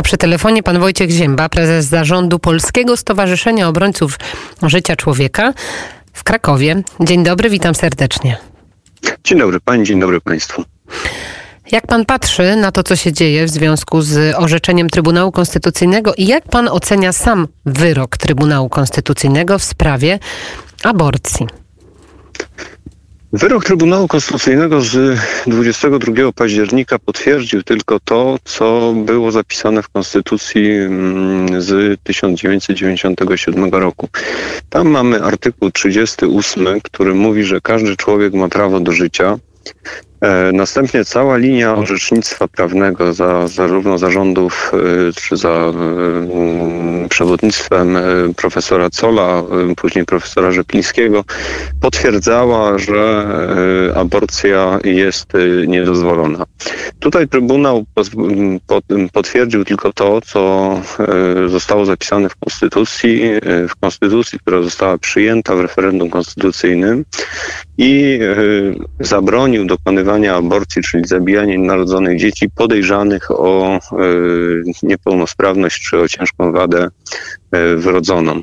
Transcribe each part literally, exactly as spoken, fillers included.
przy telefonie pan Wojciech Ziemba, prezes zarządu Polskiego Stowarzyszenia Obrońców Życia Człowieka w Krakowie. Dzień dobry, witam serdecznie. Dzień dobry pani, dzień dobry państwu. Jak pan patrzy na to, co się dzieje w związku z orzeczeniem Trybunału Konstytucyjnego i jak pan ocenia sam wyrok Trybunału Konstytucyjnego w sprawie aborcji? Wyrok Trybunału Konstytucyjnego z dwudziestego drugiego października potwierdził tylko to, co było zapisane w Konstytucji z tysiąc dziewięćset dziewięćdziesiątego siódmego roku. Tam mamy artykuł trzydziesty ósmy, który mówi, że każdy człowiek ma prawo do życia. Następnie cała linia orzecznictwa prawnego za zarówno zarządów, czy za przewodnictwem profesora Zolla, później profesora Rzeplińskiego, potwierdzała, że aborcja jest niedozwolona. Tutaj Trybunał potwierdził tylko to, co zostało zapisane w Konstytucji, w Konstytucji, która została przyjęta w referendum konstytucyjnym i zabronił dokonywania aborcji, czyli zabijania nienarodzonych dzieci podejrzanych o niepełnosprawność czy o ciężką wadę wrodzoną.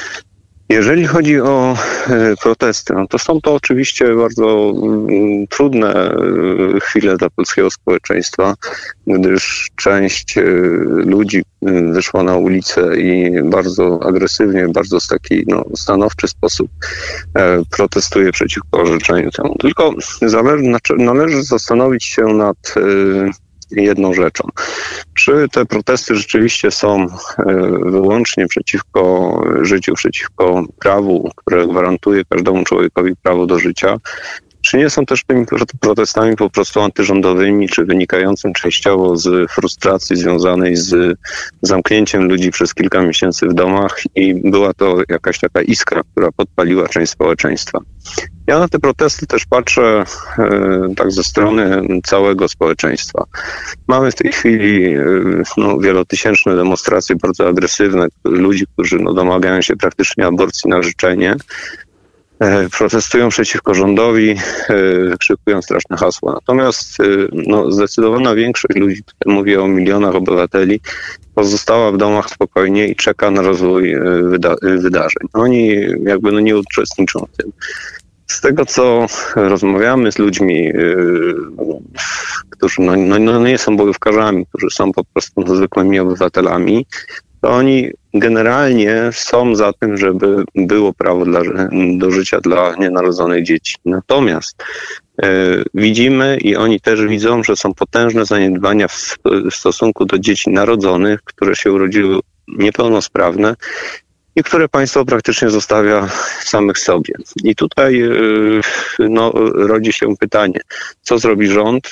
Jeżeli chodzi o protesty, no to są to oczywiście bardzo trudne chwile dla polskiego społeczeństwa, gdyż część ludzi wyszła na ulicę i bardzo agresywnie, bardzo w taki no, stanowczy sposób protestuje przeciwko orzeczeniu temu. Tylko należy zastanowić się nad jedną rzeczą. Czy te protesty rzeczywiście są wyłącznie przeciwko życiu, przeciwko prawu, które gwarantuje każdemu człowiekowi prawo do życia, czy nie są też tymi protestami po prostu antyrządowymi, czy wynikającym częściowo z frustracji związanej z zamknięciem ludzi przez kilka miesięcy w domach i była to jakaś taka iskra, która podpaliła część społeczeństwa. Ja na te protesty też patrzę e, tak ze strony całego społeczeństwa. Mamy w tej chwili e, no, wielotysięczne demonstracje bardzo agresywne ludzi, którzy no, domagają się praktycznie aborcji na życzenie. Protestują przeciwko rządowi, wykrzykują straszne hasła. Natomiast no, zdecydowana większość ludzi, tutaj mówię o milionach obywateli, pozostała w domach spokojnie i czeka na rozwój wyda- wydarzeń. Oni jakby no, nie uczestniczą w tym. Z tego, co rozmawiamy z ludźmi, którzy no, no, no nie są bojówkarzami, którzy są po prostu no, zwykłymi obywatelami, to oni generalnie są za tym, żeby było prawo dla, do życia dla nienarodzonych dzieci. Natomiast e, widzimy i oni też widzą, że są potężne zaniedbania w, w stosunku do dzieci narodzonych, które się urodziły niepełnosprawne i które państwo praktycznie zostawia samych sobie. I tutaj e, no, rodzi się pytanie, co zrobi rząd?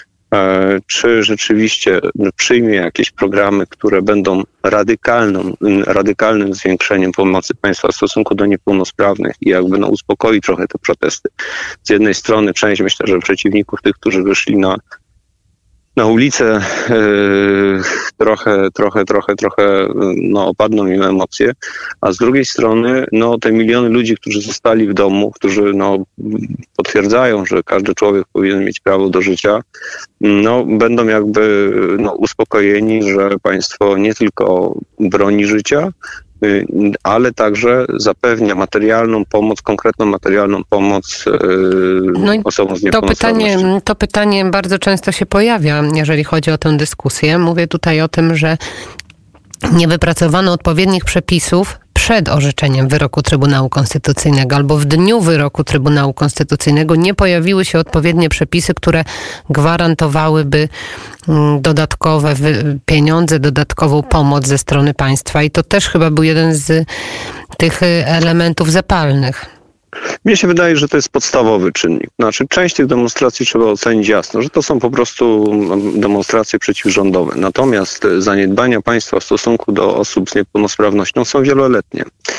Czy rzeczywiście przyjmie jakieś programy, które będą radykalną, radykalnym zwiększeniem pomocy państwa w stosunku do niepełnosprawnych i jakby no, uspokoi trochę te protesty. Z jednej strony część, myślę, że przeciwników tych, którzy wyszli na na ulicę yy, trochę, trochę, trochę, trochę no, opadną im emocje, a z drugiej strony no, te miliony ludzi, którzy zostali w domu, którzy no, potwierdzają, że każdy człowiek powinien mieć prawo do życia, no, będą jakby no, uspokojeni, że państwo nie tylko broni życia, ale także zapewnia materialną pomoc, konkretną materialną pomoc yy, no osobom z niepełnosprawnością. To pytanie, to pytanie bardzo często się pojawia, jeżeli chodzi o tę dyskusję. Mówię tutaj o tym, że nie wypracowano odpowiednich przepisów przed orzeczeniem wyroku Trybunału Konstytucyjnego albo w dniu wyroku Trybunału Konstytucyjnego nie pojawiły się odpowiednie przepisy, które gwarantowałyby dodatkowe pieniądze, dodatkową pomoc ze strony państwa. I to też chyba był jeden z tych elementów zapalnych. Mnie się wydaje, że to jest podstawowy czynnik. Znaczy, część tych demonstracji trzeba ocenić jasno, że to są po prostu demonstracje przeciwrządowe. Natomiast zaniedbania państwa w stosunku do osób z niepełnosprawnością są wieloletnie.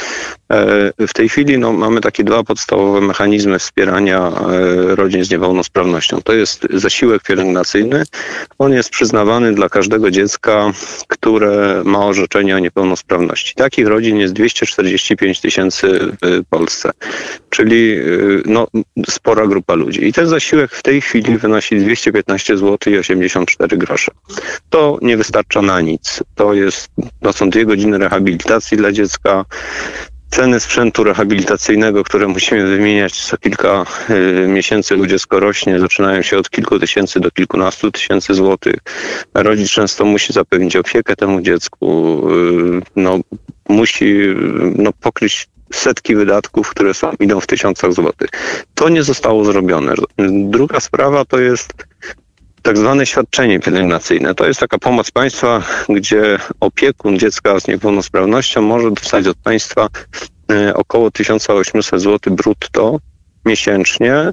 W tej chwili no, mamy takie dwa podstawowe mechanizmy wspierania rodzin z niepełnosprawnością. To jest zasiłek pielęgnacyjny. On jest przyznawany dla każdego dziecka, które ma orzeczenie o niepełnosprawności. Takich rodzin jest dwieście czterdzieści pięć tysięcy w Polsce, czyli no, spora grupa ludzi. I ten zasiłek w tej chwili wynosi dwieście piętnaście złotych i osiemdziesiąt cztery grosze. To nie wystarcza na nic. To, jest, to są dwie godziny rehabilitacji dla dziecka. Ceny sprzętu rehabilitacyjnego, które musimy wymieniać co kilka y, miesięcy, bo dziecko rośnie, zaczynają się od kilku tysięcy do kilkunastu tysięcy złotych. Rodzic często musi zapewnić opiekę temu dziecku, y, no, musi no, pokryć setki wydatków, które są, idą w tysiącach złotych. To nie zostało zrobione. Druga sprawa to jest tak zwane świadczenie pielęgnacyjne. To jest taka pomoc państwa, gdzie opiekun dziecka z niepełnosprawnością może dostać od państwa około tysiąc osiemset złotych brutto miesięcznie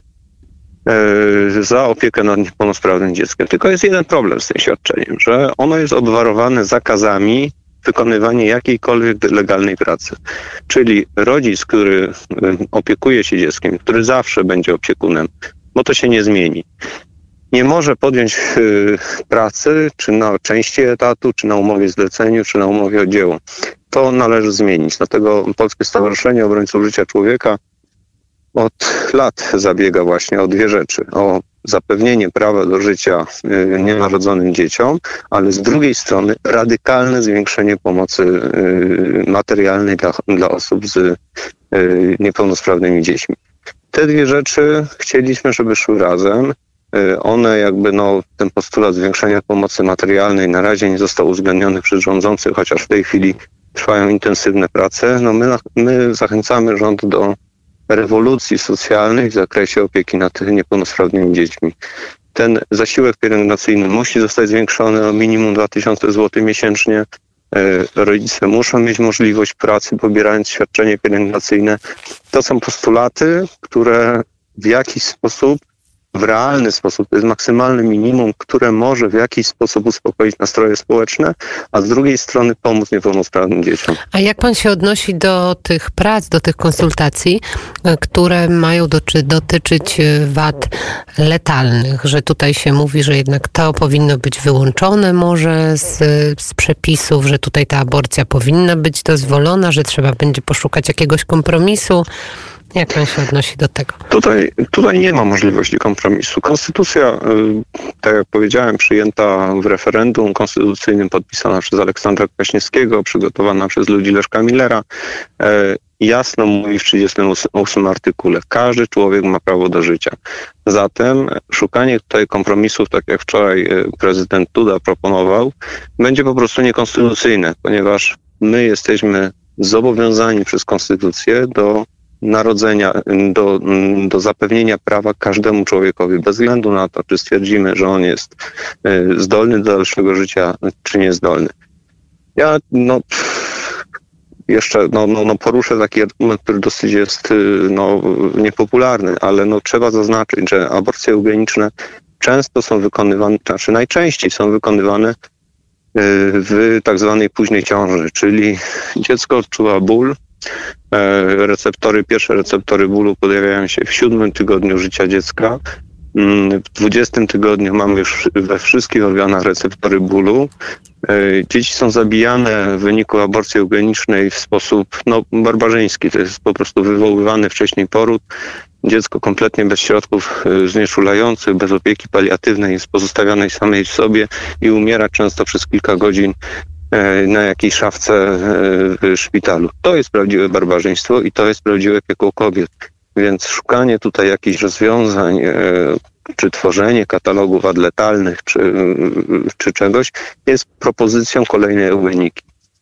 za opiekę nad niepełnosprawnym dzieckiem. Tylko jest jeden problem z tym świadczeniem, że ono jest obwarowane zakazami wykonywania jakiejkolwiek legalnej pracy. Czyli rodzic, który opiekuje się dzieckiem, który zawsze będzie opiekunem, bo to się nie zmieni, nie może podjąć y, pracy, czy na części etatu, czy na umowie zleceniu, czy na umowie o dzieło. To należy zmienić. Dlatego Polskie Stowarzyszenie Obrońców Życia Człowieka od lat zabiega właśnie o dwie rzeczy. O zapewnienie prawa do życia y, nienarodzonym dzieciom, ale z drugiej strony radykalne zwiększenie pomocy y, materialnej dla, dla osób z y, niepełnosprawnymi dziećmi. Te dwie rzeczy chcieliśmy, żeby szły razem. One jakby, no, ten postulat zwiększenia pomocy materialnej na razie nie został uwzględniony przez rządzących, chociaż w tej chwili trwają intensywne prace. No my, my zachęcamy rząd do rewolucji socjalnej w zakresie opieki nad niepełnosprawnymi dziećmi. Ten zasiłek pielęgnacyjny musi zostać zwiększony o minimum dwa tysiące złotych miesięcznie. Rodzice muszą mieć możliwość pracy, pobierając świadczenie pielęgnacyjne. To są postulaty, które w jakiś sposób w realny sposób, to jest maksymalne minimum, które może w jakiś sposób uspokoić nastroje społeczne, a z drugiej strony pomóc niepełnosprawnym dzieciom. A jak pan się odnosi do tych prac, do tych konsultacji, które mają doty- dotyczyć wad letalnych, że tutaj się mówi, że jednak to powinno być wyłączone może z, z przepisów, że tutaj ta aborcja powinna być dozwolona, że trzeba będzie poszukać jakiegoś kompromisu. Jak pan się odnosi do tego? Tutaj, tutaj nie ma możliwości kompromisu. Konstytucja, tak jak powiedziałem, przyjęta w referendum konstytucyjnym, podpisana przez Aleksandra Kwaśniewskiego, przygotowana przez ludzi Leszka Millera, jasno mówi w trzydziestym ósmym artykule: każdy człowiek ma prawo do życia. Zatem szukanie tutaj kompromisów, tak jak wczoraj prezydent Duda proponował, będzie po prostu niekonstytucyjne, ponieważ my jesteśmy zobowiązani przez konstytucję do narodzenia, do, do zapewnienia prawa każdemu człowiekowi, bez względu na to, czy stwierdzimy, że on jest zdolny do dalszego życia, czy niezdolny. Ja no, jeszcze no, no, no poruszę taki argument, który dosyć jest no, niepopularny, ale no, trzeba zaznaczyć, że aborcje eugeniczne często są wykonywane, znaczy najczęściej są wykonywane w tak zwanej późnej ciąży, czyli dziecko odczuwa ból. Receptory, pierwsze receptory bólu pojawiają się w siódmym tygodniu życia dziecka. W dwudziestym tygodniu mamy już we wszystkich organach receptory bólu. Dzieci są zabijane w wyniku aborcji eugenicznej w sposób no, barbarzyński. To jest po prostu wywoływany wcześniej poród. Dziecko kompletnie bez środków znieczulających, bez opieki paliatywnej jest pozostawione samej w sobie i umiera często przez kilka godzin na jakiejś szafce w szpitalu. To jest prawdziwe barbarzyństwo i to jest prawdziwe piekło kobiet. Więc szukanie tutaj jakichś rozwiązań, czy tworzenie katalogu wad letalnych, czy, czy czegoś, jest propozycją kolejnej eugeniki.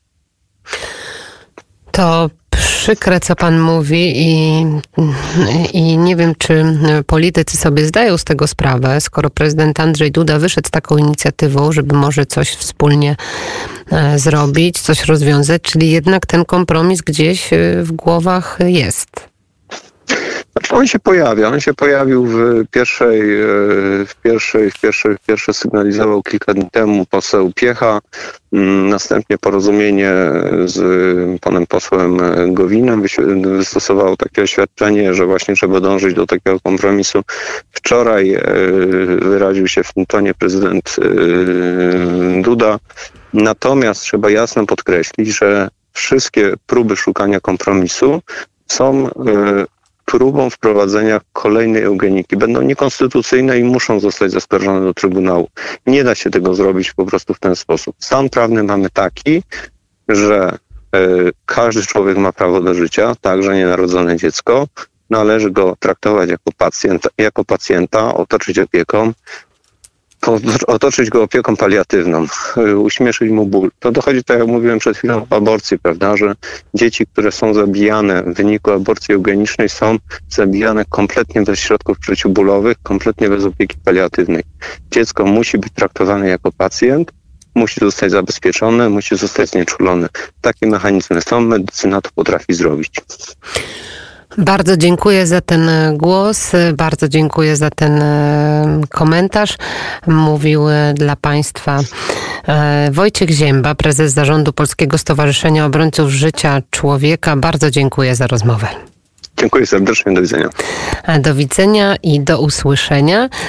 To przykre, co pan mówi i, i nie wiem, czy politycy sobie zdają z tego sprawę, skoro prezydent Andrzej Duda wyszedł z taką inicjatywą, żeby może coś wspólnie zrobić, coś rozwiązać, czyli jednak ten kompromis gdzieś w głowach jest. Znaczy on się pojawia, on się pojawił w pierwszej, w pierwszej, w pierwszej, w pierwszej sygnalizował kilka dni temu poseł Piecha, następnie Porozumienie z panem posłem Gowinem wystosowało takie oświadczenie, że właśnie trzeba dążyć do takiego kompromisu. Wczoraj wyraził się w tym tonie prezydent Duda, natomiast trzeba jasno podkreślić, że wszystkie próby szukania kompromisu są próbą wprowadzenia kolejnej eugeniki. Będą niekonstytucyjne i muszą zostać zaskarżone do Trybunału. Nie da się tego zrobić po prostu w ten sposób. Stan prawny mamy taki, że y, każdy człowiek ma prawo do życia, także nienarodzone dziecko. Należy go traktować jako pacjenta, jako pacjenta, otoczyć opieką, otoczyć go opieką paliatywną, uśmieszyć mu ból. To dochodzi, tak jak mówiłem przed chwilą, o aborcji, prawda, że dzieci, które są zabijane w wyniku aborcji eugenicznej, są zabijane kompletnie bez środków przeciwbólowych, kompletnie bez opieki paliatywnej. Dziecko musi być traktowane jako pacjent, musi zostać zabezpieczone, musi zostać znieczulone. Takie mechanizmy są, medycyna to potrafi zrobić. Bardzo dziękuję za ten głos, bardzo dziękuję za ten komentarz. Mówił dla Państwa Wojciech Zięba, prezes zarządu Polskiego Stowarzyszenia Obrońców Życia Człowieka. Bardzo dziękuję za rozmowę. Dziękuję serdecznie, do widzenia. Do widzenia i do usłyszenia.